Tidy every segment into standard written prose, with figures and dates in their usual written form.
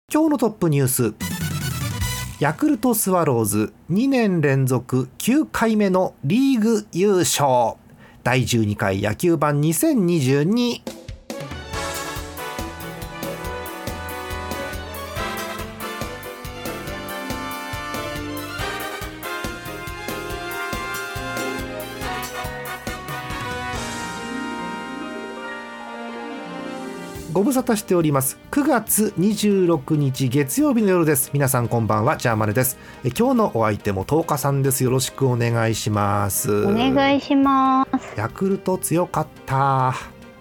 今日のトップニュース、ヤクルトスワローズ2年連続9回目のリーグ優勝、第12回野球盤2022。ご無沙汰しております。9月26日月曜日の夜です。皆さんこんばんは、ジャーマネです。今日のお相手も10日さんです。よろしくお願いします。 お願いします。 ヤクルト強かった。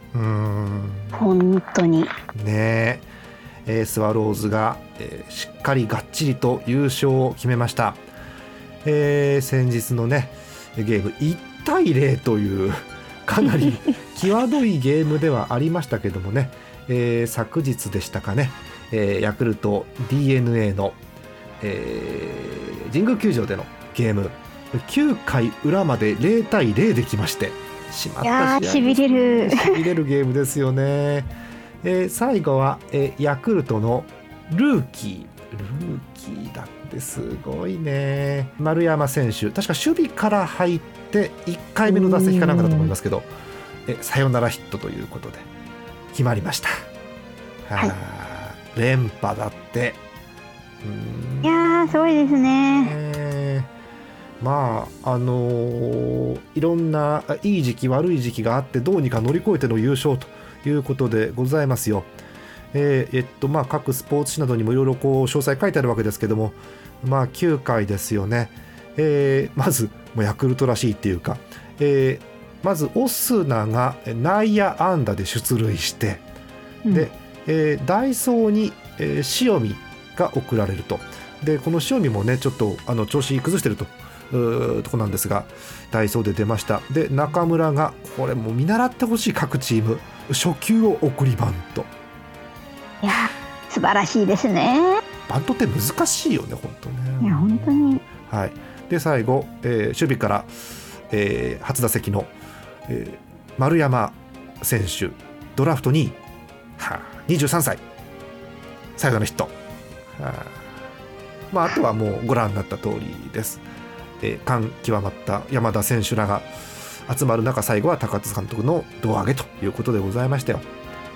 本当にねえ、スワローズが、しっかりがっちりと優勝を決めました。先日のねゲーム1対0というかなり際どいゲームではありましたけどもね、昨日でしたかね、ヤクルト DNA の、神宮球場でのゲーム9回裏まで0対0できまして、しまった試合、しびれるゲームですよね。最後は、ヤクルトのルーキーだってすごいね。丸山選手、確か守備から入って1回目の打席かなんかだと思いますけど、サヨナラヒットということで決まりました。はい、連覇だって。 いやーすごいですね。 まあいろんないい時期悪い時期があって、どうにか乗り越えての優勝ということでございますよ。各スポーツ紙などにもいろいろ詳細書いてあるわけですけども、9回ですよね。まずもうヤクルトらしいっていうか、まずオスナが内野安打で出塁して、で、代走に、塩見が送られると。でこの塩見もねちょっと調子崩してるとこなんですが、代走で出ました。で中村が、これもう見習ってほしい、各チーム初球を送りバント。 いや素晴らしいですね。 バントって難しいよね本当ね。 いや本当に。 はい。で最後、守備から、初打席の、丸山選手、ドラフト2位、23歳、最後のヒット。あとはもうご覧になった通りです。感極まった山田選手らが集まる中、最後は高津監督の胴上げということでございましたよ。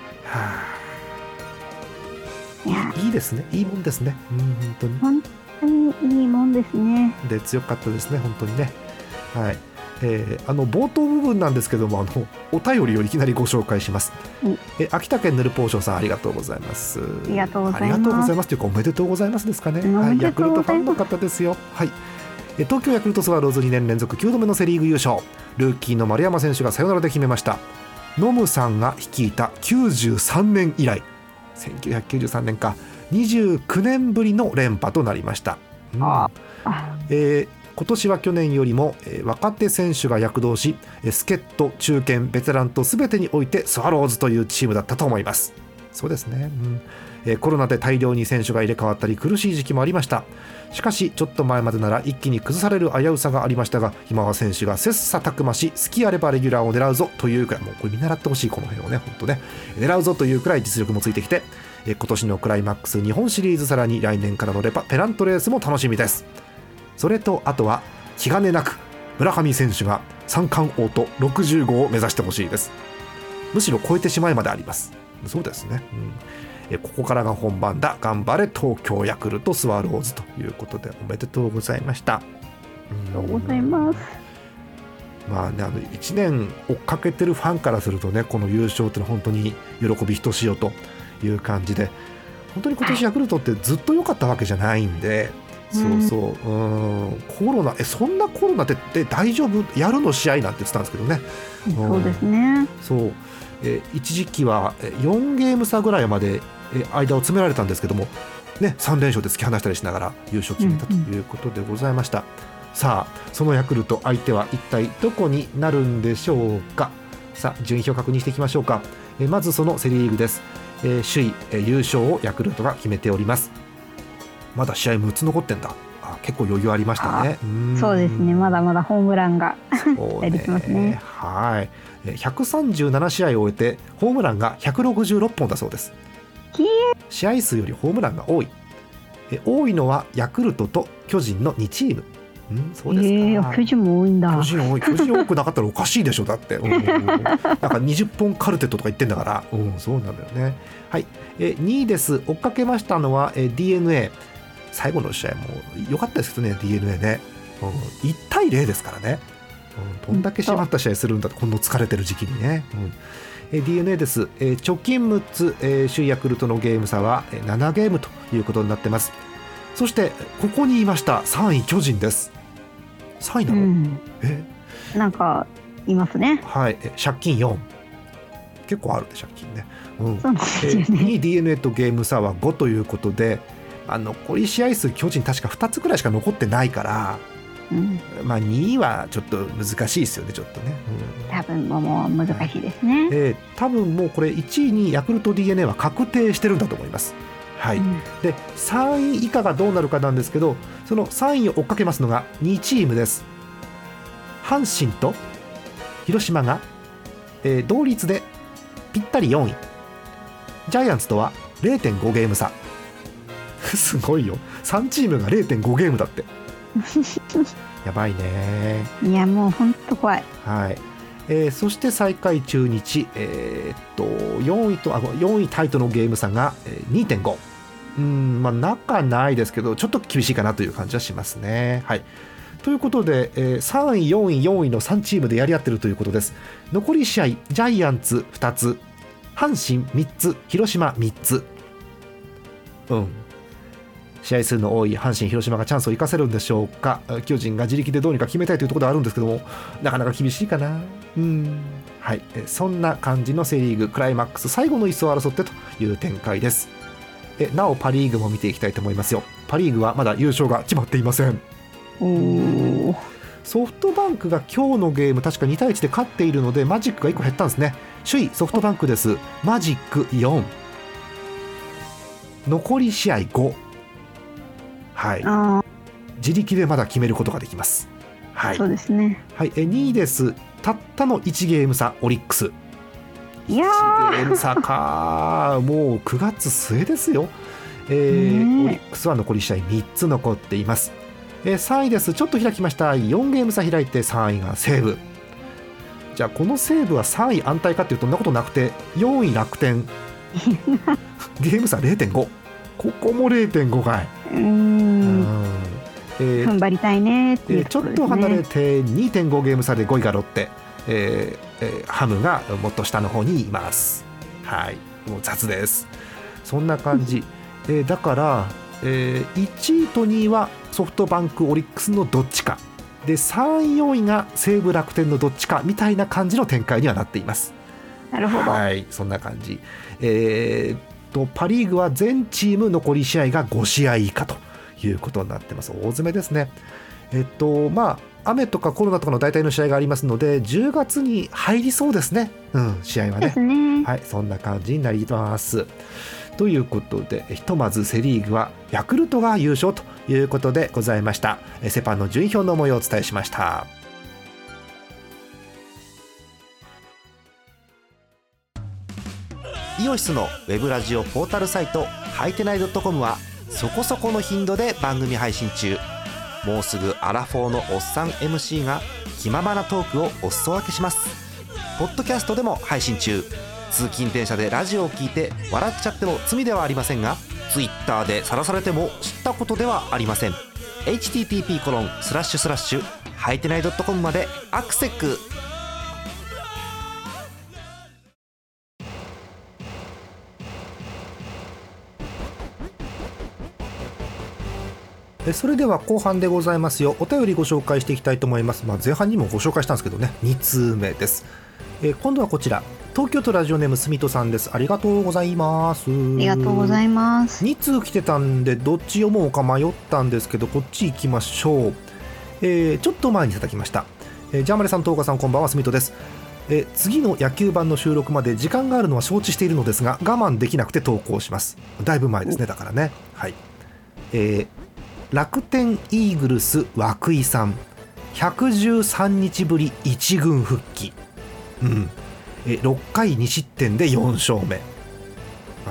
いいですね、いいもんですね。 本当にいいもんですね。 で強かったですね本当にね。はい。冒頭部分なんですけども、お便りをいきなりご紹介します。秋田県ぬるぽうしょうさん、ありがとうございます。 ありがとうございます。 ありがとうございますというか、おめでとうございますですかね。はい、ヤクルトファンの方ですよ。はい。東京ヤクルトスワローズ2年連続9度目のセリーグ優勝、ルーキーの丸山選手がサヨナラで決めました。ノムさんが率いた93年以来、1993年か、29年ぶりの連覇となりました。今年は去年よりも、若手選手が躍動し、助っ人、中堅、ベテランと全てにおいてスワローズというチームだったと思います。そうですね。コロナで大量に選手が入れ替わったり苦しい時期もありました。しかしちょっと前までなら一気に崩される危うさがありましたが、今は選手が切磋琢磨し、好きあればレギュラーを狙うぞというくらい、もうこれ見習ってほしい、この辺をね、本当ね、狙うぞというくらい実力もついてきて、今年のクライマックス日本シリーズ、さらに来年からのペナントレースも楽しみです。それとあとは気兼ねなく村上選手が三冠王と60号を目指してほしいです。むしろ超えてしまいまであります。そうですね。ここからが本番だ、頑張れ東京ヤクルトスワローズということで、おめでとうございました。 ありがとうございます。 1年追っかけてるファンからするとね、この優勝ってのは本当に喜びひとしおという感じで、本当に今年ヤクルトってずっと良かったわけじゃないんで、コロナ、そんなコロナって大丈夫、やるの試合なんて言ってたんですけどね。 そうですね。 そう、一時期は4ゲーム差ぐらいまで間を詰められたんですけども、ね、3連勝で突き放したりしながら優勝決めたということでございました。さあそのヤクルト相手は一体どこになるんでしょうか。さあ順位表確認していきましょうか。まずそのセリーグです。首位、優勝をヤクルトが決めております。まだ試合6つ残ってんだ。結構余裕ありましたね。 そうですね、まだまだホームランが出てますね。 はい。137試合を終えてホームランが166本だそうです。 試合数よりホームランが多い。多いのはヤクルトと巨人の2チーム。そうですか。 巨人も多いんだ。 巨人多くなかったらおかしいでしょ。だってなんか20本カルテットとか言ってんだから、そうなんだよね。はい、2位です。追っかけましたのは、DNA。 最後の試合も良かったですけどね、 DNA ね、1対0ですからね、どんだけ締まった試合するんだって、この疲れてる時期にね。DNA です。直近6つ、首位ヤクルトのゲーム差は7ゲームということになってます。そしてここにいました3位巨人です。3位なの、 なんかいますね。 はい、借金4、結構あるで借金ね。 そうですよね。 2位 DNA とゲーム差は5ということで、残り試合数巨人確か2つくらいしか残ってないから、2位はちょっと難しいですよね、ちょっとね。 多分もう難しいですね。 多分もうこれ1位にヤクルト DNA は確定してるんだと思います。はい、で3位以下がどうなるかなんですけど、その3位を追っかけますのが2チームです。阪神と広島が、同率でぴったり4位。ジャイアンツとは 0.5 ゲーム差すごいよ、3チームが 0.5 ゲームだってやばいね。 いやもうほんと怖い。 はい、そして最下位中日、4位タイとのゲーム差が 2.5。仲ないですけどちょっと厳しいかなという感じはしますね。はい、ということで、3位4位4位の3チームでやり合ってるということです。残り試合、ジャイアンツ2つ、阪神3つ、広島3つ。試合数の多い阪神広島がチャンスを生かせるんでしょうか。巨人が自力でどうにか決めたいというところではあるんですけども、なかなか厳しいかな。はい、そんな感じのセリーグクライマックス最後の椅子を争ってという展開です。なおパリーグも見ていきたいと思いますよ。パリーグはまだ優勝が決まっていません。ソフトバンクが今日のゲーム確か2対1で勝っているのでマジックが1個減ったんですね。首位ソフトバンクです。マジック4、残り試合5。はい、自力でまだ決めることができます。はい、 そうですね。 はい、2位です。たったの1ゲーム差、オリックス。 いや 1ゲーム差かもう9月末ですよ。オリックスは残り試合3つ残っています。3位です。ちょっと開きました。4ゲーム差開いて3位が西武。じゃあこの西武は3位安泰かっていうとそんなことなくて、4位楽天ゲーム差 0.5、 ここも 0.5 回。 踏ん張りたいねっていうちょっと離れて 2.5 ゲーム差で5位がロッテ、ハムがもっと下の方にいます。はい、もう雑です。そんな感じ、だから、1位と2位はソフトバンクオリックスのどっちかで、3位4位が西武楽天のどっちかみたいな感じの展開にはなっています。 なるほど。 はい、そんな感じ。パリーグは全チーム残り試合が5試合以下ということになってます。大詰めですね。雨とかコロナとかの大体の試合がありますので10月に入りそうですね。試合はね。 ですね。 はい、そんな感じになります。ということでひとまずセリーグはヤクルトが優勝ということでございました。セパンの順位表の模様をお伝えしました。イオシスのウェブラジオポータルサイトはいてない .com はそこそこの頻度で番組配信中。もうすぐアラフォーのおっさん MC が気ままなトークをお裾分けします。ポッドキャストでも配信中。通勤電車でラジオを聞いて笑っちゃっても罪ではありませんが、ツイッターで晒されても知ったことではありません。 http:// はいてない .com までアクセック。それでは後半でございますよ。お便りご紹介していきたいと思います。前半にもご紹介したんですけどね、2通目です。今度はこちら、東京都ラジオネームすみとさんです。ありがとうございます。ありがとうございます。 2通来てたんでどっち読もうか迷ったんですけど、こっち行きましょう。ちょっと前にいただきました。ジャーマネさん、東岡さん、こんばんは。すみとです。次の野球版の収録まで時間があるのは承知しているのですが我慢できなくて投稿します。だいぶ前ですね、だからね。はい、楽天イーグルス涌井さん、113日ぶり1軍復帰、6回2失点で4勝目。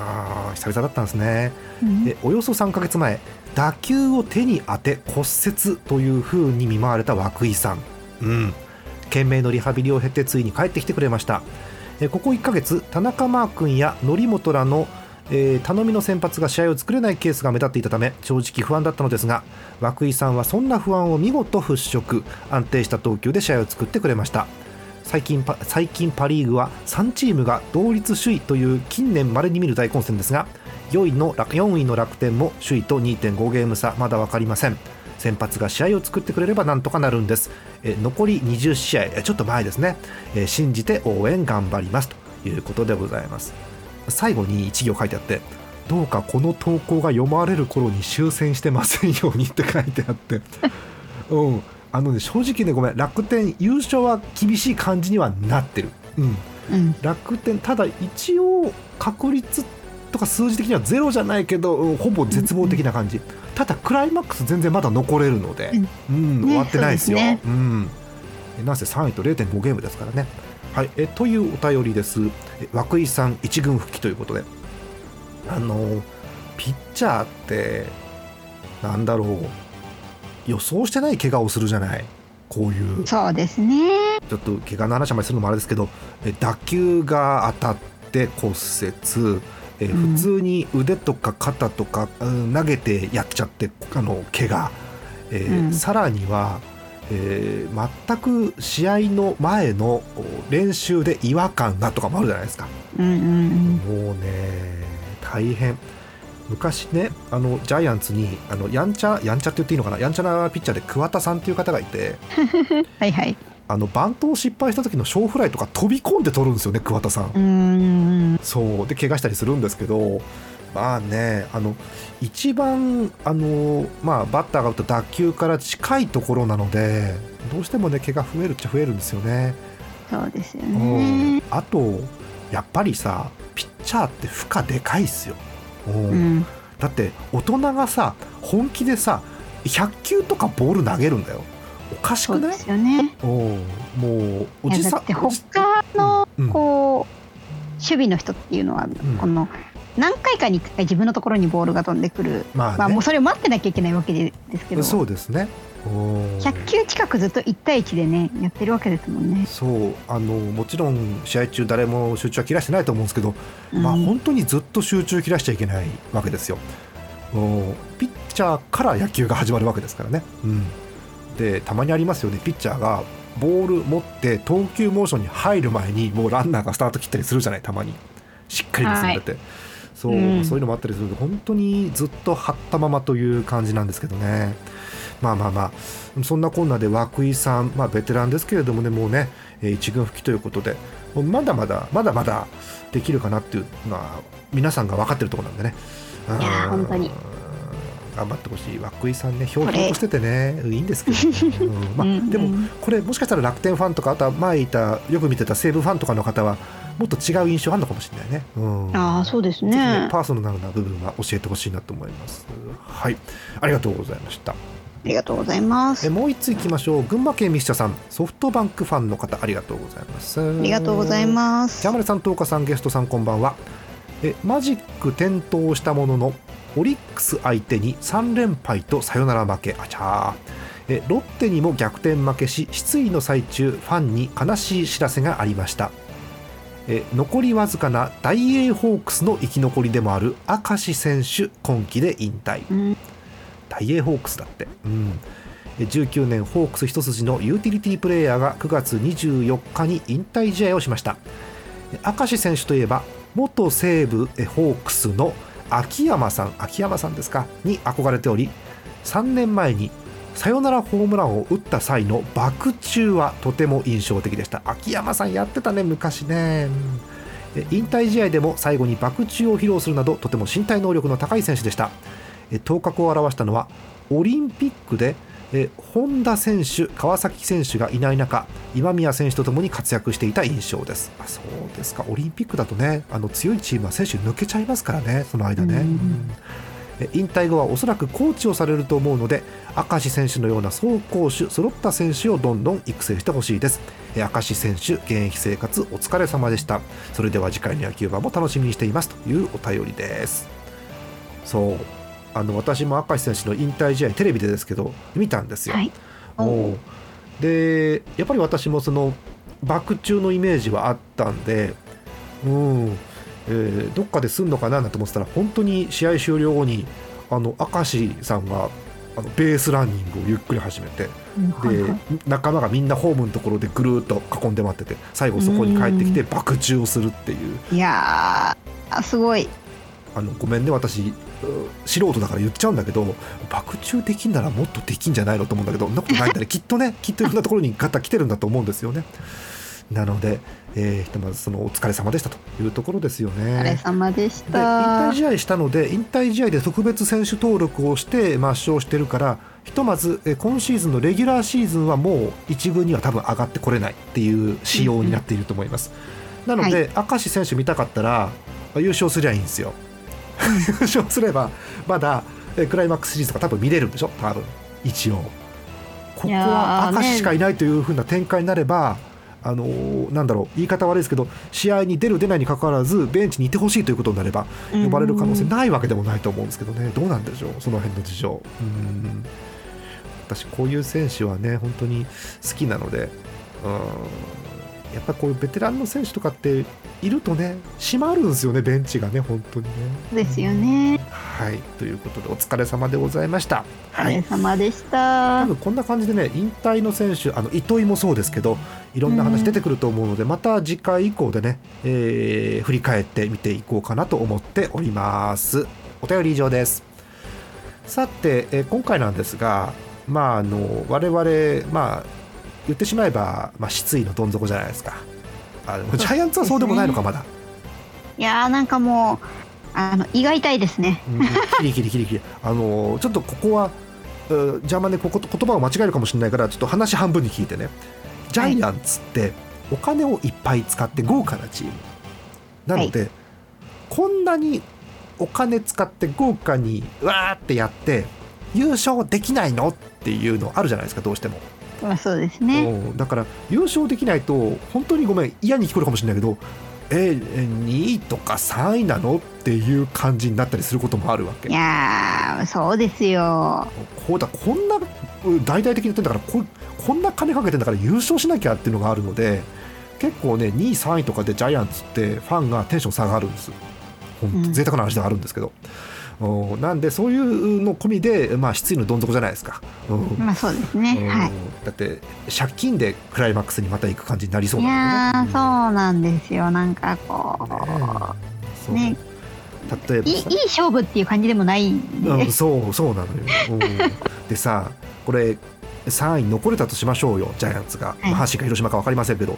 久々だったんですね、 うんおよそ3ヶ月前、打球を手に当て骨折という風に見舞われた涌井さん、懸命のリハビリを経てついに帰ってきてくれました。ここ1ヶ月、田中マー君や則本らの頼みの先発が試合を作れないケースが目立っていたため、正直不安だったのですが、涌井さんはそんな不安を見事払拭、安定した投球で試合を作ってくれました。最近パリーグは3チームが同率首位という近年稀に見る大混戦ですが、4位の楽天も首位と 2.5 ゲーム差、まだ分かりません。先発が試合を作ってくれればなんとかなるんです。残り20試合、ちょっと前ですね、信じて応援頑張りますということでございます。最後に1行書いてあって、どうかこの投稿が読まれる頃に終戦してませんようにって書いてあって正直ね、ごめん、楽天優勝は厳しい感じにはなってる、楽天ただ一応確率とか数字的にはゼロじゃないけど、ほぼ絶望的な感じ、ただクライマックス全然まだ残れるので、終わってないですよ。なんせ3位と 0.5 ゲームですからね。はい、というお便りです。涌井さん1軍復帰ということで、ピッチャーってなんだろう、予想してない怪我をするじゃない、こういう。 そうですね。 ちょっと怪我の話あまりするのもあれですけど、打球が当たって骨折、普通に腕とか肩とか、投げてやっちゃって怪我、さらには、全く試合の前の練習で違和感がとかもあるじゃないですか、もうね大変。昔ね、ジャイアンツにやんちゃって言っていいのかな、やんちゃなピッチャーで桑田さんっていう方がいてはいはい、 バントを失敗した時の小フライとか飛び込んで取るんですよね、桑田さん。そうで怪我したりするんですけど、まあね、一番バッターが打った打球から近いところなので、どうしてもね怪我増えるっちゃ増えるんですよね。 そうですよね。 あとやっぱりさ、ピッチャーって負荷でかいっすよ。だって大人がさ本気でさ100球とかボール投げるんだよ。おかしくない？ そうですよね。 もうおじさん、 だって他のこう、守備の人っていうのは、この何回かに1回自分のところにボールが飛んでくる、もうそれを待ってなきゃいけないわけですけど、 そうですね。 100球近くずっと1対1でねやってるわけですもんね。 そうもちろん試合中誰も集中は切らしてないと思うんですけど、本当にずっと集中切らしちゃいけないわけですよ。ピッチャーから野球が始まるわけですからね。でたまにありますよね、ピッチャーがボール持って投球モーションに入る前にもうランナーがスタート切ったりするじゃない、たまにしっかり結んでて、そういうのもあったりするので、本当にずっと張ったままという感じなんですけどね。そんなこんなで涌井さん、ベテランですけれどもね、もうね1軍復帰ということで、まだまだできるかなっていうのは皆さんが分かってるところなんでね。 いや本当に頑張ってほしい。涌井さんね、ひょうひょうとしててねいいんですけど、でもこれもしかしたら楽天ファンとか、あとは前いたよく見てた西武ファンとかの方はもっと違う印象あるのかもしれないね。そうですね。パーソナルな部分は教えてほしいなと思います。はい、ありがとうございました。 ありがとうございます。 もう一ついきましょう。群馬県ミッシャさん、ソフトバンクファンの方、ありがとうございます。 ありがとうございます。 ジャマネさん、東花さん、ゲストさん、こんばんは。マジック点灯したもののオリックス相手に3連敗とサヨナラ負け。ロッテにも逆転負けし、失意の最中ファンに悲しい知らせがありました。残りわずかな大英ホークスの生き残りでもある明石選手、今季で引退。大英ホークスだって、19年ホークス一筋のユーティリティプレーヤーが9月24日に引退試合をしました。明石選手といえば元西武ホークスの秋山さんですかに憧れており、3年前にサヨナラホームランを打った際の爆中はとても印象的でした。秋山さんやってたね、昔ね。引退試合でも最後に爆中を披露するなど、とても身体能力の高い選手でした。頭角を現したのはオリンピックで本田選手、川崎選手がいない中、今宮選手とともに活躍していた印象です。そうですか。オリンピックだとね、強いチームは選手抜けちゃいますからね、その間ね。 引退後はおそらくコーチをされると思うので、明石選手のような走攻守揃った選手をどんどん育成してほしいです。明石選手現役生活お疲れ様でした。それでは次回の野球盤も楽しみにしていますというお便りです。そう、私も明石選手の引退試合テレビでですけど見たんですよ、はい、でやっぱり私もそのバク宙のイメージはあったんで、どっかですんのかなと思ってたら、本当に試合終了後に明石さんがベースランニングをゆっくり始めて、で仲間がみんなホームのところでぐるーっと囲んで待ってて、最後そこに帰ってきてバク宙をするっていう。 いやーすごい。 ごめんね、私素人だから言っちゃうんだけど、バク宙できんならもっとできんじゃないのと思うんだけど、そんなことないんだねきっとね、きっといろんなところに方来てるんだと思うんですよね。なので、ひとまずそのお疲れ様でしたというところですよね。 お疲れ様でした。 で引退試合したので、引退試合で特別選手登録をして抹消してるから、ひとまず今シーズンのレギュラーシーズンはもう一軍には多分上がってこれないっていう仕様になっていると思います、なので、明石選手見たかったら優勝すりゃいいんですよ優勝すればまだクライマックスシリーズとか多分見れるんでしょ、多分一応ここは明石しかいないという風な展開になれば、なんだろう、言い方悪いですけど、試合に出る出ないにかかわらずベンチにいてほしいということになれば呼ばれる可能性ないわけでもないと思うんですけどね。どうなんでしょう、その辺の事情。私こういう選手はね本当に好きなので、やっぱこういうベテランの選手とかっているとね、締まるんですよね、ベンチがね、本当にね。 ですよね。 はい、ということでお疲れ様でございました。 お疲れ様でした。 多分こんな感じでね、引退の選手、糸井もそうですけど、いろんな話出てくると思うので、また次回以降でね、振り返って見ていこうかなと思っております。お便り以上です。さて、今回なんですが、我々、言ってしまえば、失意のどん底じゃないですか。ジャイアンツはそうでもないのか、まだ。 いやー、なんかもう胃が痛いですね。 キリキリちょっとここは邪魔で言葉を間違えるかもしれないから、ちょっと話半分に聞いてね。ジャイアンツってお金をいっぱい使って豪華なチームなので、こんなにお金使って豪華にわーってやって優勝できないのっていうのあるじゃないですか、どうしても。 そうですね。 だから優勝できないと本当にごめん、嫌に聞こえるかもしれないけど、2位とか3位なのっていう感じになったりすることもあるわけ。 いやそうですよ。 こんな大々的に言ってんだから、こんな金かけてんだから優勝しなきゃっていうのがあるので、結構ね2位3位とかでジャイアンツってファンがテンション下がるんです。本当贅沢な話ではあるんですけど、なんでそういうの込みで、失意のどん底じゃないですか。 そうですね、はい、 だって借金でクライマックスにまた行く感じになりそうなんでね。 そうなんですよ。なんかこうね、例えばいい勝負っていう感じでもないんで、 そうなのよ、でさ、これ3位残れたとしましょうよ、ジャイアンツが、阪神か広島か分かりませんけど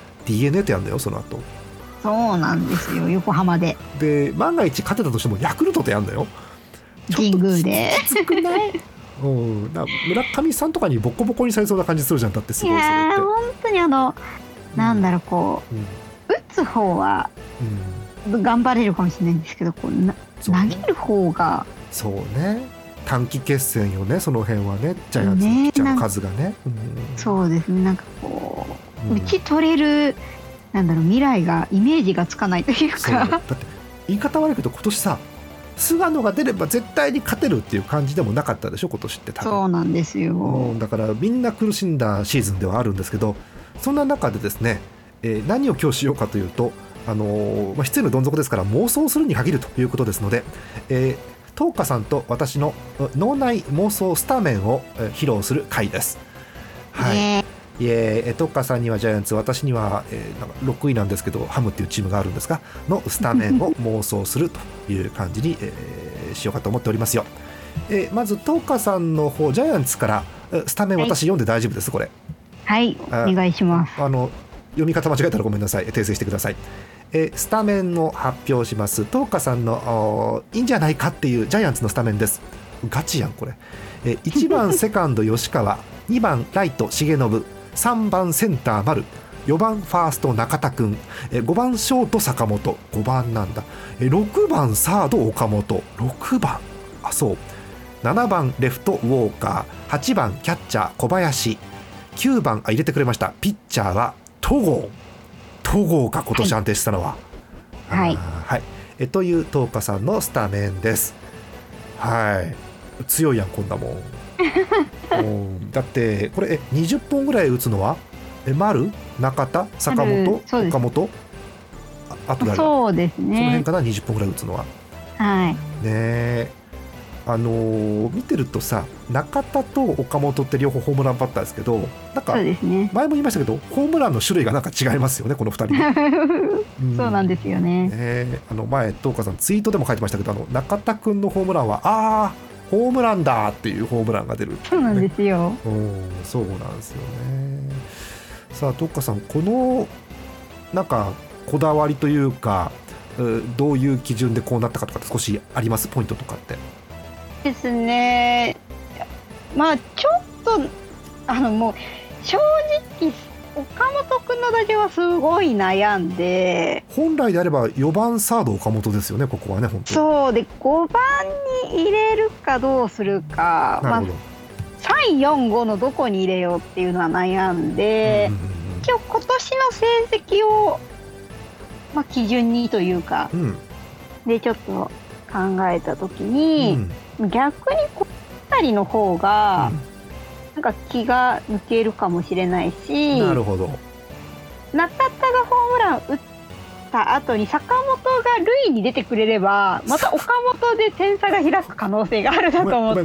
DNA とやるんだよ、その後。 そうなんですよ、横浜で万が一勝てたとしてもヤクルトとやるんだよ、 神宮で。 きつくない？村上さんとかにボコボコにされそうな感じするじゃん。だってすごい、それって。いや本当になんだろう、こう、打つ方は頑張れるかもしれないんですけど、こう投げる方がそうね、短期決戦よね、その辺はね、ジャイアンツのピッチャーの数がね。 そうですね、なんかこう、打ち取れる未来がイメージがつかないというか。 だって言い方悪いけど、今年さ、菅野が出れば絶対に勝てるっていう感じでもなかったでしょ、今年って。多分そうなんですよ。 だからみんな苦しんだシーズンではあるんですけど、そんな中でですね、何を今日しようかというと、失意のどん底ですから妄想するに限るということですので、東花さんと私の脳内妄想スタメンを披露する回です。はい、東花さんにはジャイアンツ、私には、6位なんですけどハムっていうチームがあるんですがのスタメンを妄想するという感じに、しようかと思っておりますよ。まず東花さんの方、ジャイアンツからスタメン私読んで大丈夫です、これ。 はい、お願いします。 読み方間違えたらごめんなさい、訂正してください。スタメンを発表します。東花さんのいいんじゃないかっていうジャイアンツのスタメンです。ガチやんこれ。1番セカンド吉川、2番ライト重信、3番センター丸、4番ファースト中田くん、5番ショート坂本、5番なんだ、6番サード岡本、6番そう7番レフトウォーカー、8番キャッチャー小林、9番入れてくれましたピッチャーは戸郷か今年安定したのは。 はい、 はい、という東花さんのスタメンです。はい、強いやんこんなもんだってこれ20本ぐらい打つのは丸、中田、坂本、岡本、あと誰だ、 そうですね、 その辺かな、20本ぐらい打つのは。 はいね、見てるとさ、中田と岡本って両方ホームランバッターですけど、なんか前も言いましたけど、ホームランの種類がなんか違いますよねこの2人そうなんですよね。 前東花さんツイートでも書いてましたけど、中田くんのホームランはホームランだっていうホームランが出る、ね、 そうなんですよ。 そうなんですよね。さあ東花さん、このなんかこだわりというか、どういう基準でこうなったかとかって少しあります？ポイントとかってですね。まあちょっともう正直岡本君の打順はすごい悩んで、 本来であれば4番サード岡本ですよね、ここはね。本当そうで5番に入れるかどうするか、 なるほど、 3、4、5のどこに入れようっていうのは悩んで、一応今年の成績を、基準にというか、でちょっと考えた時に、逆にこの辺りの方が、なんか気が抜けるかもしれないし、 なるほど、 中田がホームラン打った後に坂本が塁に出てくれれば、また岡本で点差が開く可能性があるなと思って。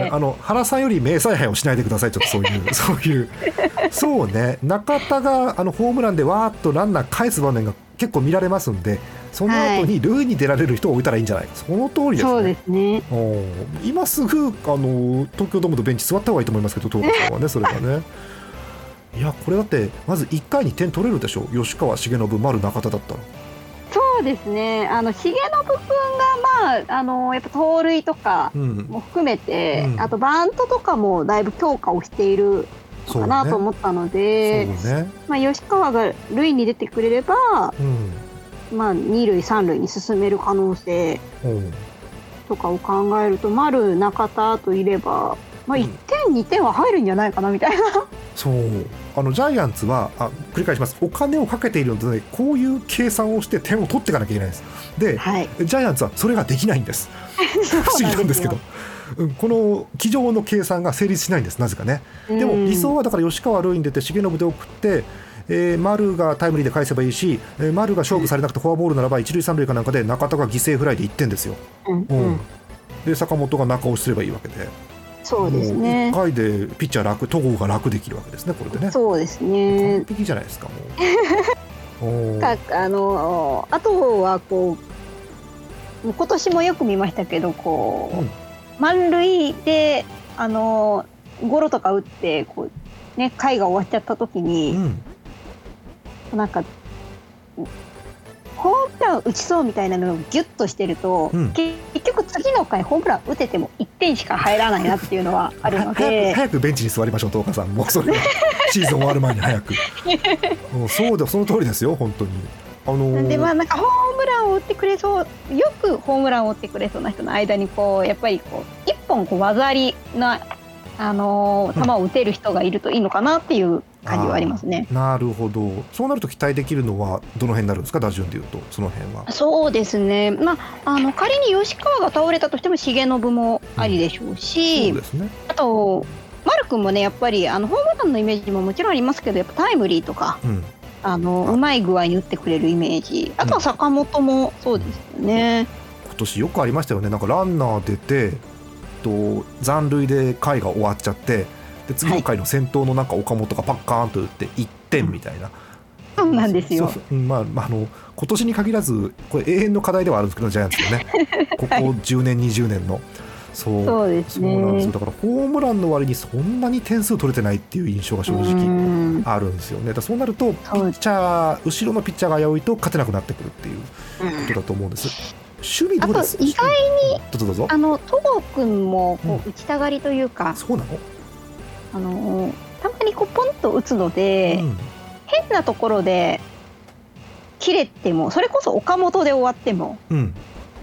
原さんより名采配をしないでください、ちょっとそういうそうね、中田がホームランでわーっとランナー返す場面が結構見られますんで、その後に塁に出られる人を置いたらいいんじゃないか、その通りですね。 そうですね。 今すぐ東京ドームとベンチ座った方がいいと思いますけど、東花さんはねそれはねいやこれだってまず1回に点取れるでしょ、吉川、重信、丸、中田だったら。 そうですね、重信君がやっぱ盗塁とかも含めて、あとバントとかもだいぶ強化をしているのかなと思ったので、吉川が塁に出てくれれば、2塁3塁に進める可能性とかを考えると、丸、中田といれば、1点2点は入るんじゃないかなみたいな。 そうジャイアンツは繰り返します、お金をかけているのでこういう計算をして点を取っていかなきゃいけないです。で、ジャイアンツはそれができないんです不思議なんですけど、この机上の計算が成立しないんです、なぜかね。でも理想はだから吉川塁に出て重信で送って、丸がタイムリーで返せばいいし、丸が勝負されなくてフォアボールならば一塁三塁かなんかで中田が犠牲フライで1点ですよ、で坂本が中押しすればいいわけで、 そうですね、 1回でピッチャー楽、戸郷が楽できるわけですね、これでね。そうですね、完璧じゃないですかもうあとは今年もよく見ましたけど、満塁でゴロとか打って回が終わっちゃった時に、なんかホームラン打ちそうみたいなのをギュッとしてると、結局次の回ホームラン打てても1点しか入らないなっていうのはあるので早くベンチに座りましょう、東花さん。もうそれシーズン終わる前に早くそうだ、その通りですよ本当に。 でなんかホームランを打ってくれそう、よくホームランを打ってくれそうな人の間にやっぱり一本技ありな球を打てる人がいるといいのかなっていう感じはありますね。 なるほど。そうなると期待できるのはどの辺になるんですか、打順でいうと。その辺はそうですね、仮に吉川が倒れたとしても重信もありでしょうし、 そうですね、 あと丸君もね、やっぱりホームランのイメージももちろんありますけど、やっぱタイムリーとか、うまい具合に打ってくれるイメージ、あとは坂本もそうですよね、 今年よくありましたよね。なんかランナー出て残塁で回が終わっちゃって、で次の回の先頭のなんか岡本がパッカーンと打って1点みたいな、 そうなんですよ。 今年に限らずこれ永遠の課題ではあるんですけど、ジャイアンツのねここ10年20年のそうですね。 そうなんですよ。だからホームランの割にそんなに点数取れてないっていう印象が正直あるんですよね。だそうなるとピッチャー、後ろのピッチャーが危ういと勝てなくなってくるっていうことだと思うんです。守備どうです？ あと意外にどうぞ戸郷君も打ちたがりというか、 そうなの？ たまにポンと打つので、変なところで切れても、それこそ岡本で終わっても、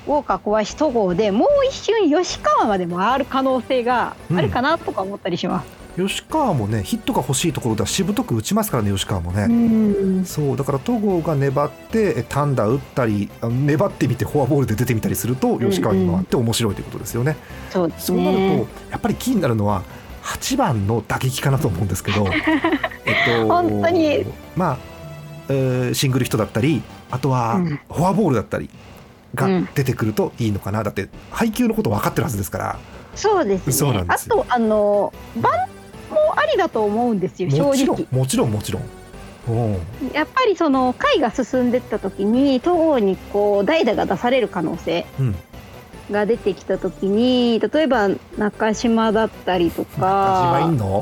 ウォーカー小林戸郷でもう一瞬吉川まで回る可能性があるかなとか思ったりします、 吉川もねヒットが欲しいところではしぶとく打ちますからね、吉川もね。そうだから戸郷が粘って単打打ったり粘ってみてフォアボールで出てみたりすると吉川に回って面白いということですよね。 そうですね。 そうなるとやっぱりキーになるのは8番の打撃かなと思うんですけど本当にまあ、シングルヒットだったりあとはフォアボールだったりが出てくるといいのかな、だって配球のこと分かってるはずですから。 そうですね。 そうなんですよ。 あとバンもありだと思うんですよ、正直。 もちろんやっぱりその回が進んでいった時に戸郷にこう代打が出される可能性が出てきた時に、例えば中島だったりとか。 中島いんの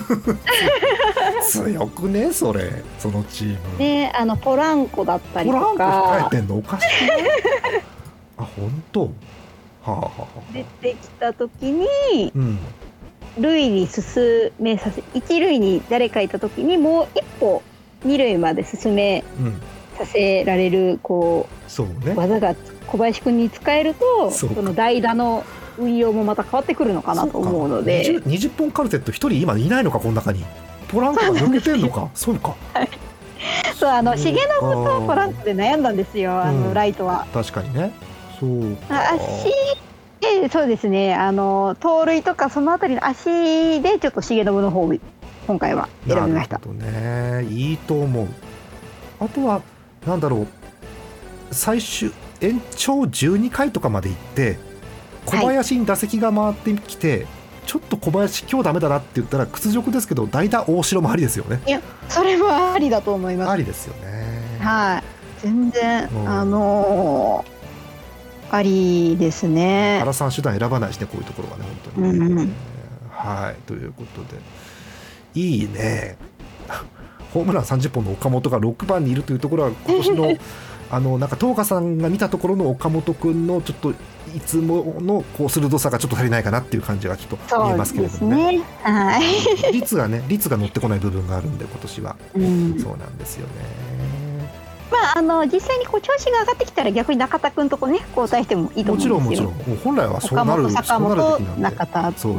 強くねそれ、そのチームね、ポランコだったりとか。 ポランコ控えてんのおかしくないあ、本当。はあはあ、 出てきた時に、塁に進めさせ、一塁に誰かいた時にもう一歩二塁まで進めさせられるこう、 そうね、 技が小林君に使えると、その代打の運用もまた変わってくるのかなと思うので。 20本カルテット1人今いないのか、この中にポランコが抜けてんのか。そうか、 はい、そう重信とポランコで悩んだんですよ、ライトは。 確かにね。そうか、 そうですね、盗塁とかそのあたりの足でちょっと重信の方を今回は選びました。 なるほどね、いいと思う。あとはなんだろう、最終延長12回とかまで行って小林に打席が回ってきて、ちょっと小林今日ダメだなって言ったら屈辱ですけど代打大城もありですよね。 いや、それはありだと思います。 ありですよね。 はい、全然ありですね。 原さん手段選ばないしね、こういうところはね、本当に、はい、ということでいいねホームラン30本の岡本が6番にいるというところは今年のなんか東花さんが見たところの岡本君のちょっといつものこう鋭さがちょっと足りないかなっていう感じがちょっと見えますけれどもね。 はい、 率が乗ってこない部分があるんで今年は、そうなんですよね。 実際にこう調子が上がってきたら逆に中田君とこね交代してもいいと思うんですよ。 もちろんもう本来はそうなるべきなんで。 中田、 そう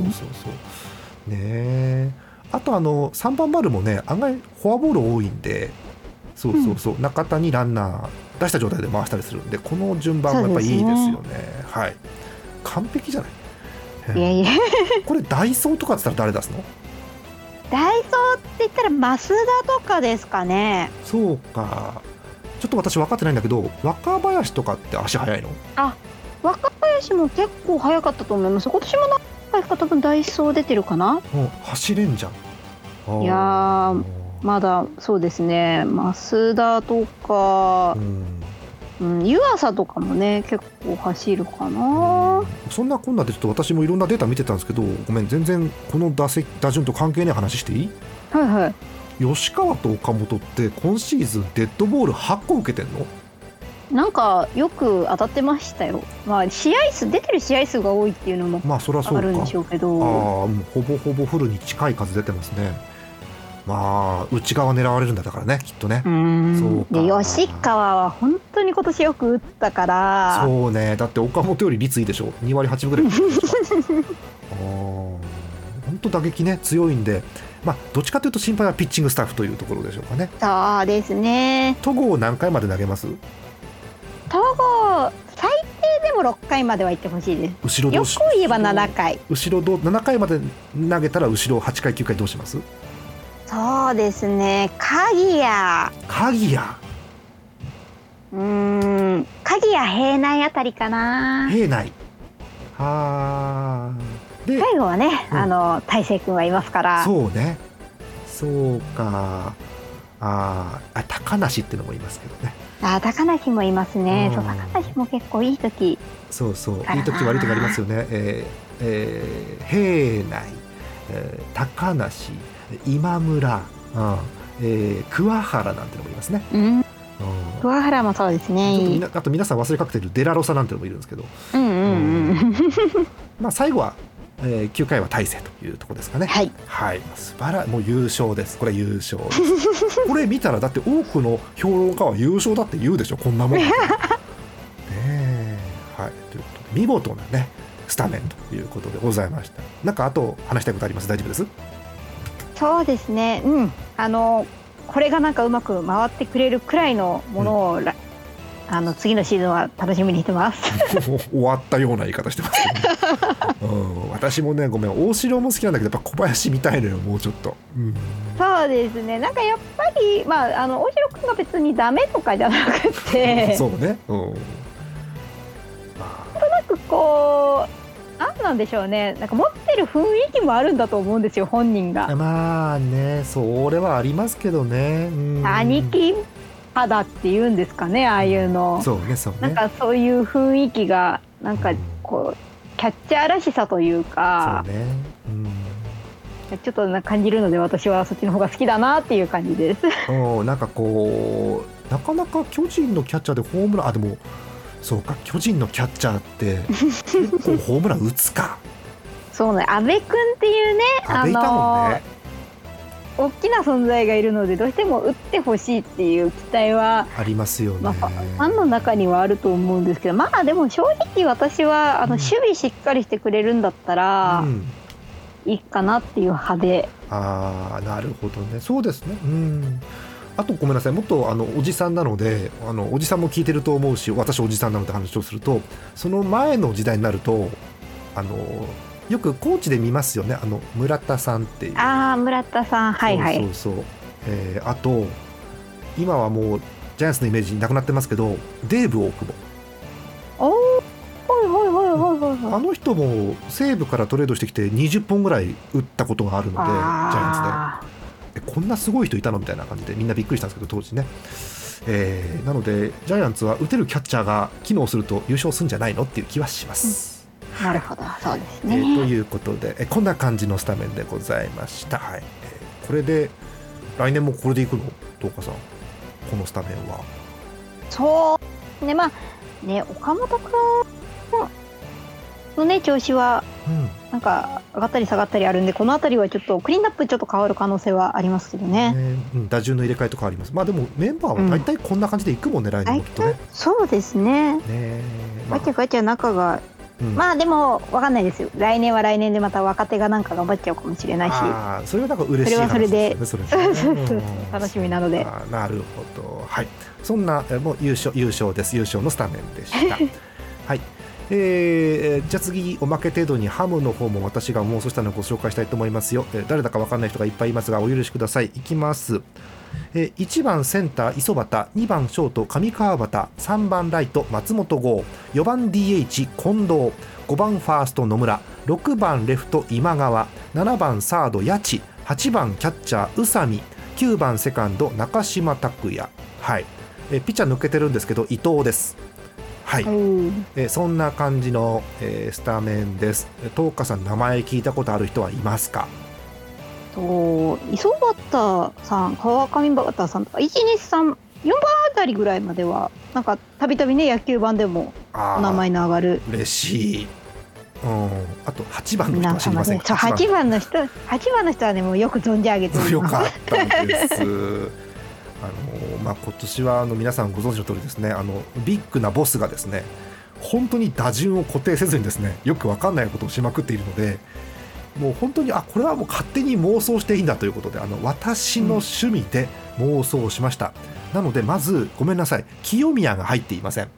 ね。あと3番丸もね案外フォアボール多いんで、中田にランナー出した状態で回したりするんで、この順番もやっぱりいいですよね。はい、完璧じゃない。 いやいやこれダイソーとかって言ったら誰出すの？ ダイソーって言ったら増田とかですかね。 そうか、ちょっと私分かってないんだけど、若林とかって足速いの？ 若林も結構速かったと思います。今年も何回か多分ダイソー出てるかな。 走れんじゃん。 いやまだそうですね、増田とか、湯浅とかもね結構走るかな。 そんなこんなでちょっと私もいろんなデータ見てたんですけど、ごめん全然この打順と関係ない話していい？ はいはい。 吉川と岡本って今シーズンデッドボール8個受けてんの？ なんかよく当たってましたよ。出てる試合数が多いっていうのもあるんでしょうけど、 ほぼほぼフルに近い数出てますね。内側狙われるんだからね、きっとね。 で吉川は本当に今年よく打ったから。 そうね、だって岡本より率いいでしょ、2割8分ぐらい本当打撃ね強いんで、どっちかというと心配はピッチングスタッフというところでしょうかね。 そうですね。 戸郷何回まで投げます？ 戸郷最低でも6回までは行ってほしいです。よく言えば7回。 7回まで投げたら後ろ8回9回どうします？ そうですね、鍵谷平内あたりかな。 平内で最後はね、大勢君はいますから。 そうね、そうか。高梨ってのもいますけどね。 高梨もいますね。高梨も結構いい時、いい時悪い時ありますよね。平内、高梨、今村、桑原なんてのもいますね。 桑原もそうですね。 あと皆さん忘れかけてるデラロサなんてのもいるんですけど、最後は、9回は大勢というところですかね。はい、素晴らしい。もう優勝です。これ優勝ですこれ見たらだって多くの評論家は優勝だって言うでしょ、こんなもんね。 見事なねスタメンということでございました。なんかあと話したいことあります？大丈夫です？ そうですね、これがなんかうまく回ってくれるくらいのものを、次のシーズンは楽しみにしてます終わったような言い方してますけど、私もねごめん大城も好きなんだけどやっぱ小林みたいのよもうちょっと、 そうですね、なんかやっぱり大城君が別にダメとかじゃなくてそうね、 なんとなくこうなんでしょうね、なんか持ってる雰囲気もあるんだと思うんですよ本人が。 まあねそれはありますけどね、 兄貴肌っていうんですかね、ああいうの、 そうねなんかそういう雰囲気がなんかこうキャッチャーらしさというか、 そうね、 ちょっと感じるので私はそっちの方が好きだなっていう感じですなんかこうなかなか巨人のキャッチャーでホームランでもそうか巨人のキャッチャーって結構ホームラン打つかそうね、阿部君っていうね阿部いたもんね、 大きな存在がいるのでどうしても打ってほしいっていう期待はありますよね、 ファンの中にはあると思うんですけど、でも正直私は守備しっかりしてくれるんだったら、いいかなっていう派で。 なるほどね、そうですね、あとごめんなさい、もっとおじさんなのでおじさんも聞いてると思うし私おじさんなので話をするとその前の時代になるとよくコーチで見ますよね村田さんっていう村田さん、はいはい、 そう、あと今はもうジャイアンツのイメージなくなってますけどデーブ大久保、あの人も西武からトレードしてきて20本ぐらい打ったことがあるのでジャイアンツでこんなすごい人いたのみたいな感じでみんなびっくりしたんですけど当時ね、なのでジャイアンツは打てるキャッチャーが機能すると優勝するんじゃないのっていう気はします、 なるほど、そうですね、 ということでこんな感じのスタメンでございました、これで来年もこれでいくの東花さんこのスタメンは。 そうね、岡本君のね調子はなんか上がったり下がったりあるんでこの辺りはちょっとクリーンアップちょっと変わる可能性はありますけどね、 打順の入れ替えとかあります。でもメンバーは大体こんな感じでいくもんね、来年もきっとね。 そうですね、ガチャガチャ中がでも分かんないですよ、来年は来年でまた若手がなんか頑張っちゃうかもしれないし、 それはなんか嬉しい話ですね、 そう楽しみなので。 なるほど、はい、そんなもう優勝です、優勝のスタメンでしたはい、じゃあ次おまけ程度にハムの方も私が妄想したのをご紹介したいと思いますよ、誰だか分かんない人がいっぱいいますがお許しください。いきます。1番センター磯端、2番ショート上川端、3番ライト松本剛、4番 DH 近藤、5番ファースト野村、6番レフト今川、7番サード谷地、8番キャッチャー宇佐美、9番セカンド中島拓也、ピッチャー抜けてるんですけど伊藤です。そんな感じの、スタメンです。東花さん名前聞いたことある人はいますか？ 磯端さん、川上端さんとか1、2、3、4番あたりぐらいまではなんかたびたびね野球版でもお名前の上がる。 嬉しい。あと8番の人は知りませんか ？8番の人はねもうよく存じ上げております。 よかったです今年は皆さんご存知の通りですねビッグなボスがですね本当に打順を固定せずにですねよく分かんないことをしまくっているのでもう本当にこれはもう勝手に妄想していいんだということで私の趣味で妄想しました、なのでまずごめんなさい清宮が入っていません。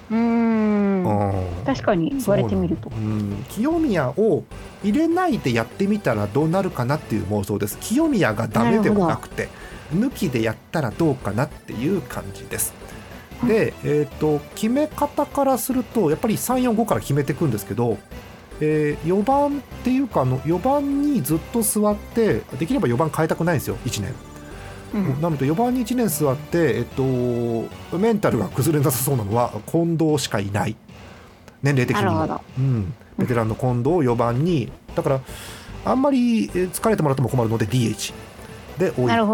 確かに言われてみると清宮を入れないでやってみたらどうなるかなっていう妄想です。清宮がダメでもなくて抜きでやったらどうかなっていう感じです。で、決め方からするとやっぱり3、4、5から決めていくんですけど、4番っていうか4番にずっと座ってできれば4番変えたくないんですよ1年、なので4番に1年座って、メンタルが崩れなさそうなのは近藤しかいない年齢的にも、ベテランの近藤を4番にだからあんまり疲れてもらっても困るので DHで置いて、で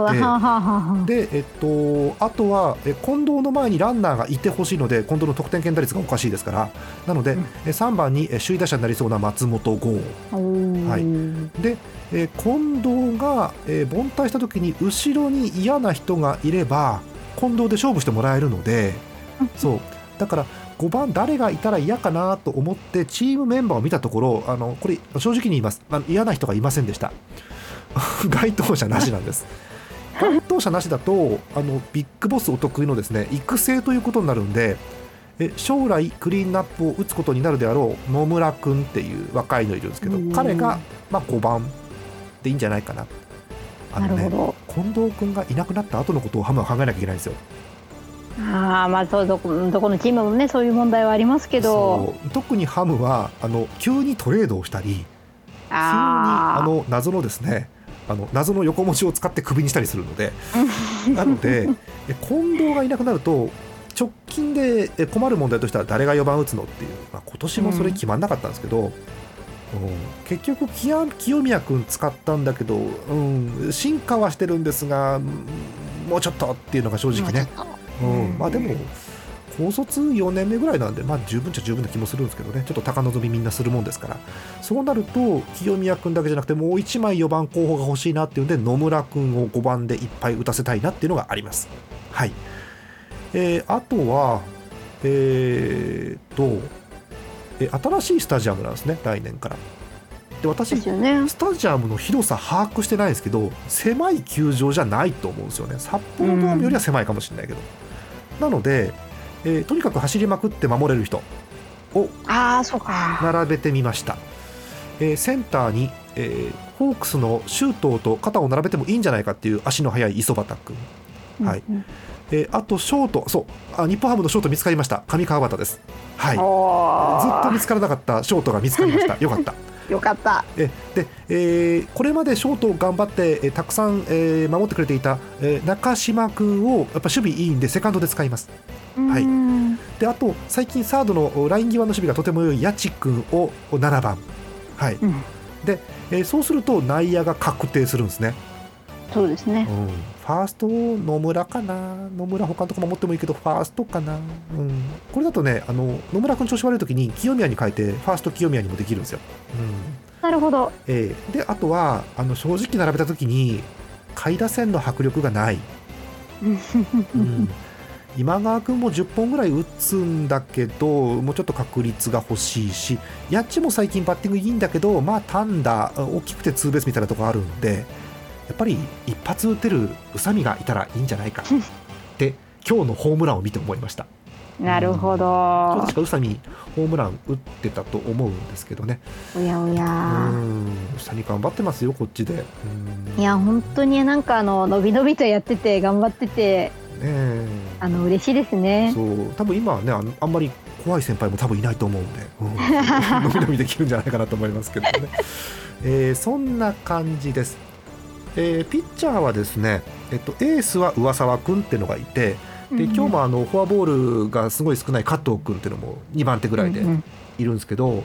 あとは近藤の前にランナーがいてほしいので近藤の得点圏打率がおかしいですからなので、3番に首位打者になりそうな松本剛、で近藤が凡退した時に後ろに嫌な人がいれば近藤で勝負してもらえるので、そうだから 5番誰がいたら嫌かなと思ってチームメンバーを見たところ、これ正直に言います、嫌な人がいませんでした該当者なしなんです該当者なしだとビッグボスお得意のですね育成ということになるんで、将来クリーンナップを打つことになるであろう野村君っていう若いのいるんですけど、彼が5番でいいんじゃないかな。 なるほど。 近藤君がいなくなった後のことをハムは考えなきゃいけないんですよ。 そうどこのチームもねそういう問題はありますけど、 特にハムは急にトレードをしたり、急に謎のですね謎の横文字を使ってクビにしたりするのでなので近藤がいなくなると直近で困る問題としては誰が4番打つのっていう、今年もそれ決まんなかったんですけど、結局清宮君使ったんだけど、進化はしてるんですがもうちょっとっていうのが正直ね、でも高卒4年目ぐらいなんで、十分っちゃ十分な気もするんですけどね、ちょっと高望みみんなするもんですから、そうなると清宮君だけじゃなくてもう1枚4番候補が欲しいなっていうんで野村君を5番でいっぱい打たせたいなっていうのがあります。はい。あとは新しいスタジアムなんですね、来年から。で私スタジアムの広さ把握してないんですけど、狭い球場じゃないと思うんですよね。札幌ドームよりは狭いかもしれないけど、なので、とにかく走りまくって守れる人を並べてみました。センターに、ホークスの周東と肩を並べてもいいんじゃないかっていう足の速い磯畑君、あとショート、日本ハムのショート見つかりました。上川端です。はい、ずっと見つからなかったショートが見つかりましたよかったよかった。 で、これまでショートを頑張って、たくさん、守ってくれていた、中島君をやっぱ守備いいんでセカンドで使います。はい、であと最近サードのライン際の守備がとても良い谷地君を7番、はい、で、そうすると内野が確定するんですね。 そうですね、 ファースト野村かな。野村他のとこ守ってもいいけどファーストかな、これだとね野村君調子悪い時に清宮に変えてファースト清宮にもできるんですよ。 なるほど。 であとは正直並べた時に下位打線の迫力がない、今川君も10本ぐらい打つんだけどもうちょっと確率が欲しいし、ヤッチも最近バッティングいいんだけど単打大きくてツーベースみたいなところあるんで、やっぱり一発打てる宇佐美がいたらいいんじゃないかって今日のホームランを見て思いました。 なるほど。 確か宇佐美ホームラン打ってたと思うんですけどね。 おやおや、 宇佐美頑張ってますよこっちで。 いや本当になんかのびのびとやってて頑張ってて、嬉しいですね。 そう多分今はねあんまり怖い先輩も多分いないと思うんで、のびのびできるんじゃないかなと思いますけどね、そんな感じです。ピッチャーはですね、エースは上沢君っていうのがいて、で今日もフォアボールがすごい少ない加藤君っていうのも2番手ぐらいでいるんですけど、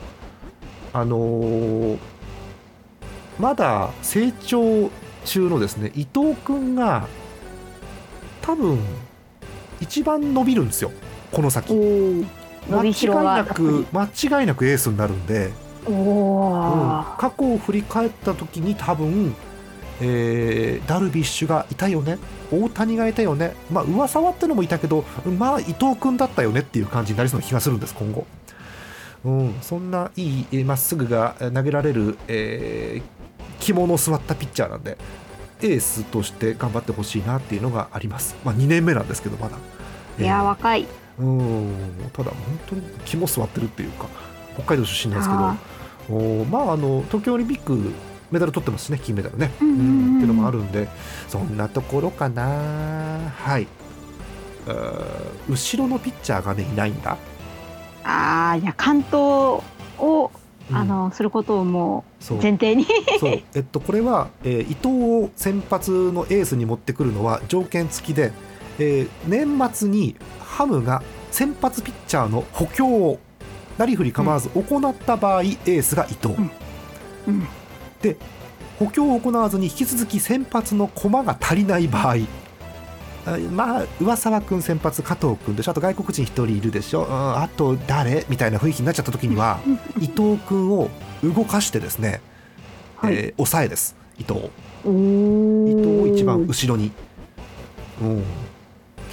まだ成長中のですね伊藤君が多分一番伸びるんですよこの先。間違いなくエースになるんで、過去を振り返った時に多分ダルビッシュがいたよね、大谷がいたよね、上沢ってのもいたけど伊藤君だったよねっていう感じになりそうな気がするんです今後。そんないいまっすぐが投げられる、肝の据わったピッチャーなんでエースとして頑張ってほしいなっていうのがあります。2年目なんですけどまだ、 いや若い。 ただ本当に肝据わってるっていうか北海道出身なんですけど、東京オリンピックメダル取ってますしね、金メダルね、っていうのもあるんで、そんなところかな。はい。後ろのピッチャーがねいないんだ。 いや完投をすることをもう前提にそうこれは、伊藤を先発のエースに持ってくるのは条件付きで、年末にハムが先発ピッチャーの補強をなりふり構わず行った場合、エースが伊藤、で補強を行わずに引き続き先発の駒が足りない場合、上沢君先発加藤君でしょ、あと外国人1人いるでしょ、あと誰みたいな雰囲気になっちゃった時には伊藤君を動かしてですね、抑えです。伊藤を一番後ろに、結局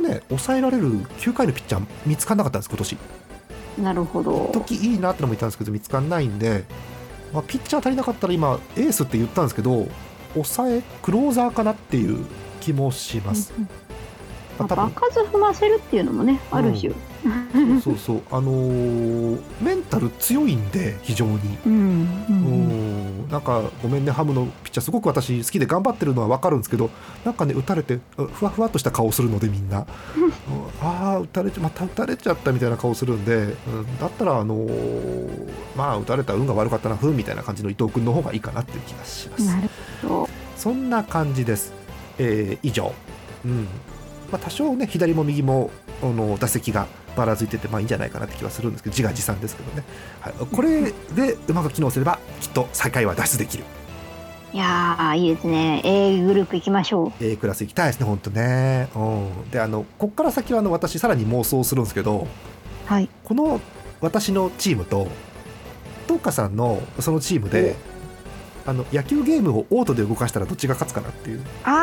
ね抑えられる9回のピッチャー見つからなかったんです今年。 なるほど。 時いいなってのも言ったんですけど見つからないんで、ピッチャー足りなかったら今エースって言ったんですけど抑えクローザーかなっていう気もします。 場数踏ませるっていうのもねある種、 そうメンタル強いんで非常に、なんかごめんねハムのピッチャーすごく私好きで頑張ってるのは分かるんですけど、なんかね打たれてふわふわっとした顔するのでみんなまた打たれちゃったみたいな顔するんで、だったら打たれた運が悪かったなみたいな感じの伊藤君の方がいいかなっていう気がします。 なるほど。 そんな感じです。以上。多少ね左も右も打席がばらついてていいんじゃないかなって気はするんですけど自画自賛ですけどね、これでうまく機能すればきっと最下位は脱出できる。 いやーいいですね。 A グループ行きましょう。 A クラス行きたいですね本当ね。でこっから先は私さらに妄想するんですけど、この私のチームと東花さんのそのチームで野球ゲームをオートで動かしたらどっちが勝つかなっていう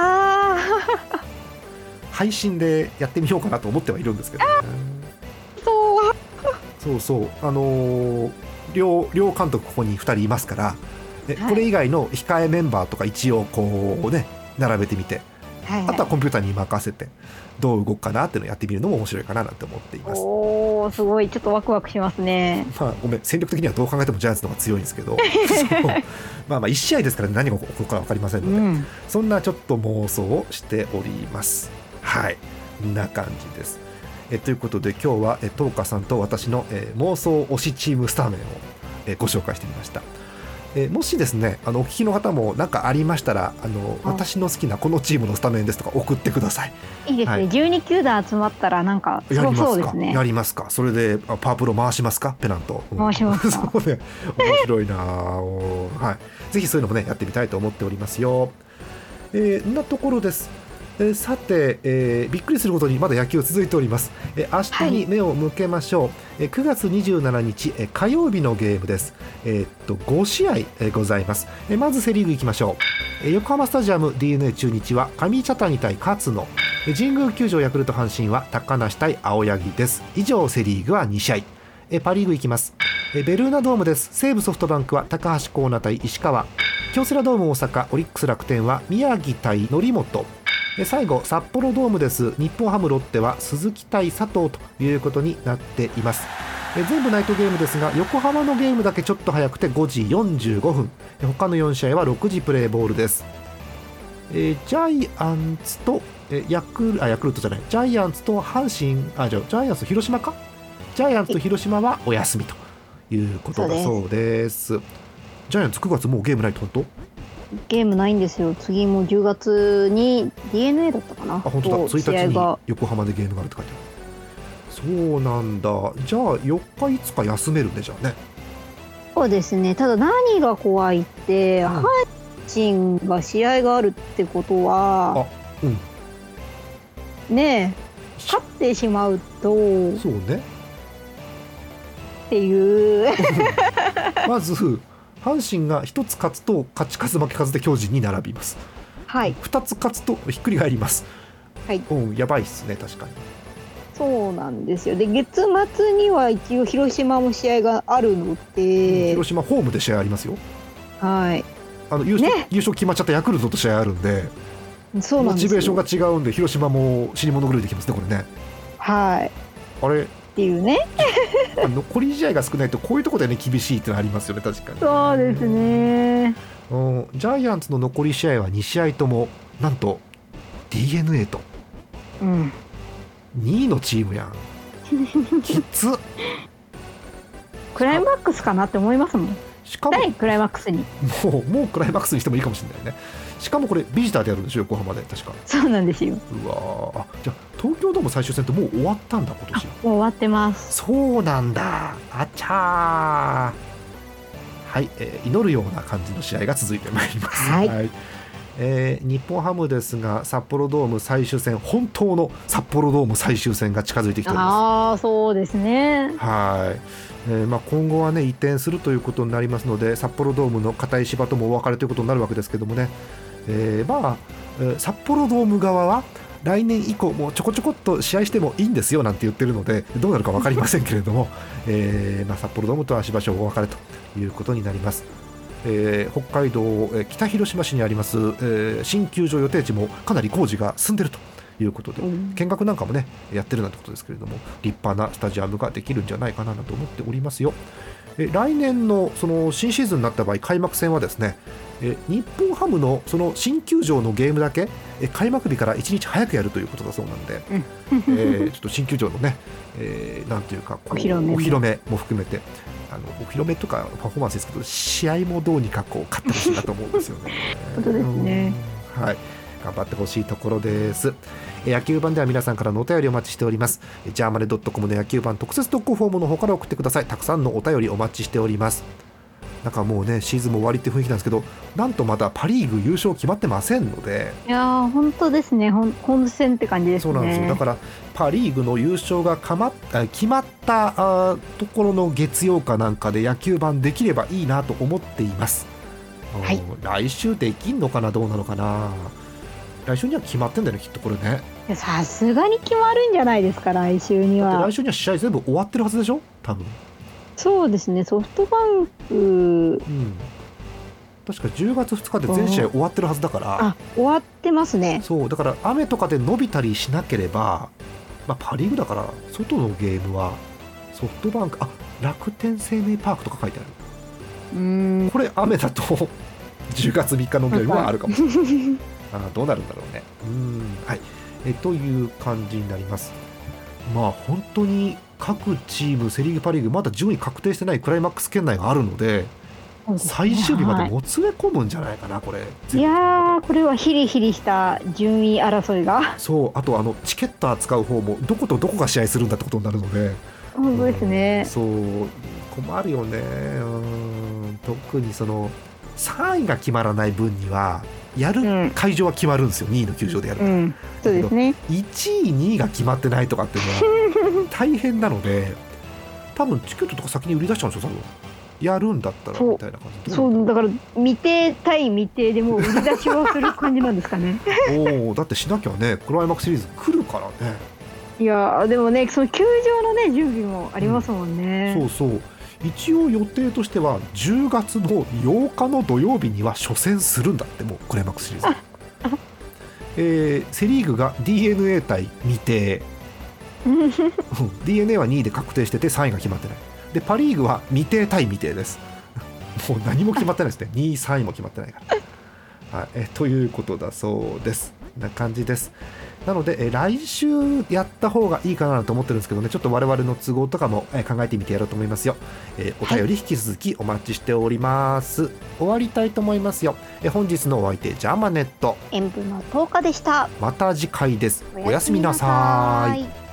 配信でやってみようかなと思ってはいるんですけどね。そう両監督ここに2人いますから、これ以外の控えメンバーとか一応こうね並べてみて、あとはコンピューターに任せてどう動くかなっていうのをやってみるのも面白いかななんて思っています。 おーすごいちょっとワクワクしますね。 ごめん戦力的にはどう考えてもジャイアンツの方が強いんですけど1試合ですから、何が起こるか分かりませんので、そんなちょっと妄想をしております。こんな感じです。ということで今日は東花さんと私の妄想推しチームスタメンをご紹介してみました。もしですねお聞きの方も何かありましたら私の好きなこのチームのスタメンですとか送ってください。 いいですね、12球団集まったらなんかそうですね。 やりますか。それでパワープロ回しますか。ペナント回しますか。 そうね、面白いなぜひそういうのもねやってみたいと思っておりますよ。なところです。さて、びっくりすることにまだ野球続いております。明日に目を向けましょう。9月27日、火曜日のゲームです。5試合、ございます。まずセリーグいきましょう。横浜スタジアム DNA 中日は上茶谷対勝野、神宮球場ヤクルト阪神は高梨対青柳です。以上セリーグは2試合。パリーグいきます。ベルーナドームです。西武ソフトバンクは高橋光成対石川、京セラドーム大阪オリックス楽天は宮城対則本、最後札幌ドームです。日本ハムロッテは鈴木対佐藤ということになっています。全部ナイトゲームですが横浜のゲームだけちょっと早くて5時45分、他の4試合は6時プレーボールです。ジャイアンツとヤクルトじゃない、ジャイアンツと阪神ジャイアンツと広島か。ジャイアンツと広島はお休みということだそうです。ジャイアンツ9月もうゲームないと本当？ ゲームないんですよ。次も10月に DNA だったかな。 本当だ、1日に横浜でゲームがあるって書いてある。そうなんだ。じゃあ4日5日休めるねじゃあね。 そうですね。ただ何が怖いって、阪神が試合があるってことはねえ勝ってしまうとそうねっていうまず阪神が1つ勝つと勝ち数負け数で巨人に並びます。2つ勝つとひっくり返ります。やばいっすね確かに。 そうなんですよ。で月末には一応広島も試合があるので、 広島ホームで試合ありますよ。優勝決まっちゃったヤクルトと試合あるんで、 そうなんですよ。 モチベーションが違うんで広島も死に物狂いできますねこれね。あれっていうね残り試合が少ないとこういうところでね厳しいってのありますよね確かに。 そうですね。 ジャイアンツの残り試合は2試合ともなんと DNA と、2位のチームやんきつクライマックスかなって思いますもん。 しかもクライマックスにもうクライマックスにしてもいいかもしれないね。しかもこれビジターでやるんでしょ横浜で確か。 そうなんですよ。 うわじゃあ東京ドーム最終戦ってもう終わったんだ今年。 もう終わってます。 そうなんだ。あちゃー。祈るような感じの試合が続いてまいります。日本ハムですが札幌ドーム最終戦、本当の札幌ドーム最終戦が近づいてきております。 そうですね。 今後はね移転するということになりますので札幌ドームの硬い芝ともお別れということになるわけですけどもね、札幌ドーム側は来年以降もちょこちょこっと試合してもいいんですよなんて言ってるので、どうなるか分かりませんけれども、札幌ドームと足場所お別れということになります。北海道、北広島市にあります、新球場予定地もかなり工事が進んでいるということで、見学なんかもねやってるなんてことですけれども、立派なスタジアムができるんじゃないかなと思っておりますよ。来年のその新シーズンになった場合、開幕戦はですね、日本ハムのその新球場のゲームだけ開幕日から1日早くやるということだそうなんで、ちょっと新球場のね、なんていうかお披露目も含めて、お披露目とかパフォーマンスですけど、試合もどうにかこう勝ってほしいなと思うんですよね。 本当ですね、 はい、頑張ってほしいところです。野球版では皆さんからのお便りお待ちしております。ジャーマネ .com の野球版特設投稿フォームの方から送ってください。たくさんのお便りお待ちしております。なんかもうねシーズンも終わりって雰囲気なんですけど、なんとまだパリーグ優勝決まってませんので、 いやー本当ですね、本戦って感じですね。 そうなんですよ。だからパリーグの優勝が決まったところの月曜かなんかで野球版できればいいなと思っています。はい、来週できんのかな、どうなのかな。来週には決まってんだよねきっとこれね。 さすがに決まるんじゃないですか、来週には。 来週には試合全部終わってるはずでしょ多分。 そうですね、ソフトバンク、 確か10月2日で全試合終わってるはずだから。 終わってますね。 そうだから雨とかで伸びたりしなければ、パリーグだから外のゲームはソフトバンク、楽天生命パークとか書いてある。これ雨だと10月3日のゲームはあるかもしれないどうなるんだろうね。はい、という感じになります。本当に各チームセリーグパリーグまだ順位確定してないクライマックス圏内があるので、最終日までもつれ込むんじゃないかな、これ。 いやー、これはヒリヒリした順位争いが。 そう、あとチケット扱う方もどことどこが試合するんだってことになるので。 本当ですね。 そう困るよね。特にその3位が決まらない分にはやる会場は決まるんですよ、2位の球場でやる、 そうですね。 1位2位が決まってないとかっていうのは大変なので、多分チケットとか先に売り出しちゃうんですよ、多分やるんだったらみたいな感じで。 そうだから未定対未定でもう売り出しをする感じなんですかね。 だってしなきゃね、クライマックスシリーズ来るからね。 いやでもね、その球場のね準備もありますもんね。 そうそう、一応予定としては10月の8日の土曜日には初戦するんだって、もうクライマックスシリーズ。セリーグが DNA 対未定DNA は2位で確定してて3位が決まってないで、パリーグは未定対未定です。もう何も決まってないですね。2位3位も決まってないから、はい、ということだそうです。な感じです。なので、来週やった方がいいかなと思ってるんですけどね、ちょっと我々の都合とかも、考えてみてやろうと思いますよ。お便り引き続きお待ちしております。終わりたいと思いますよ。本日のお相手ジャーマネット塩分の10日でした。 また次回です。おやすみなさい。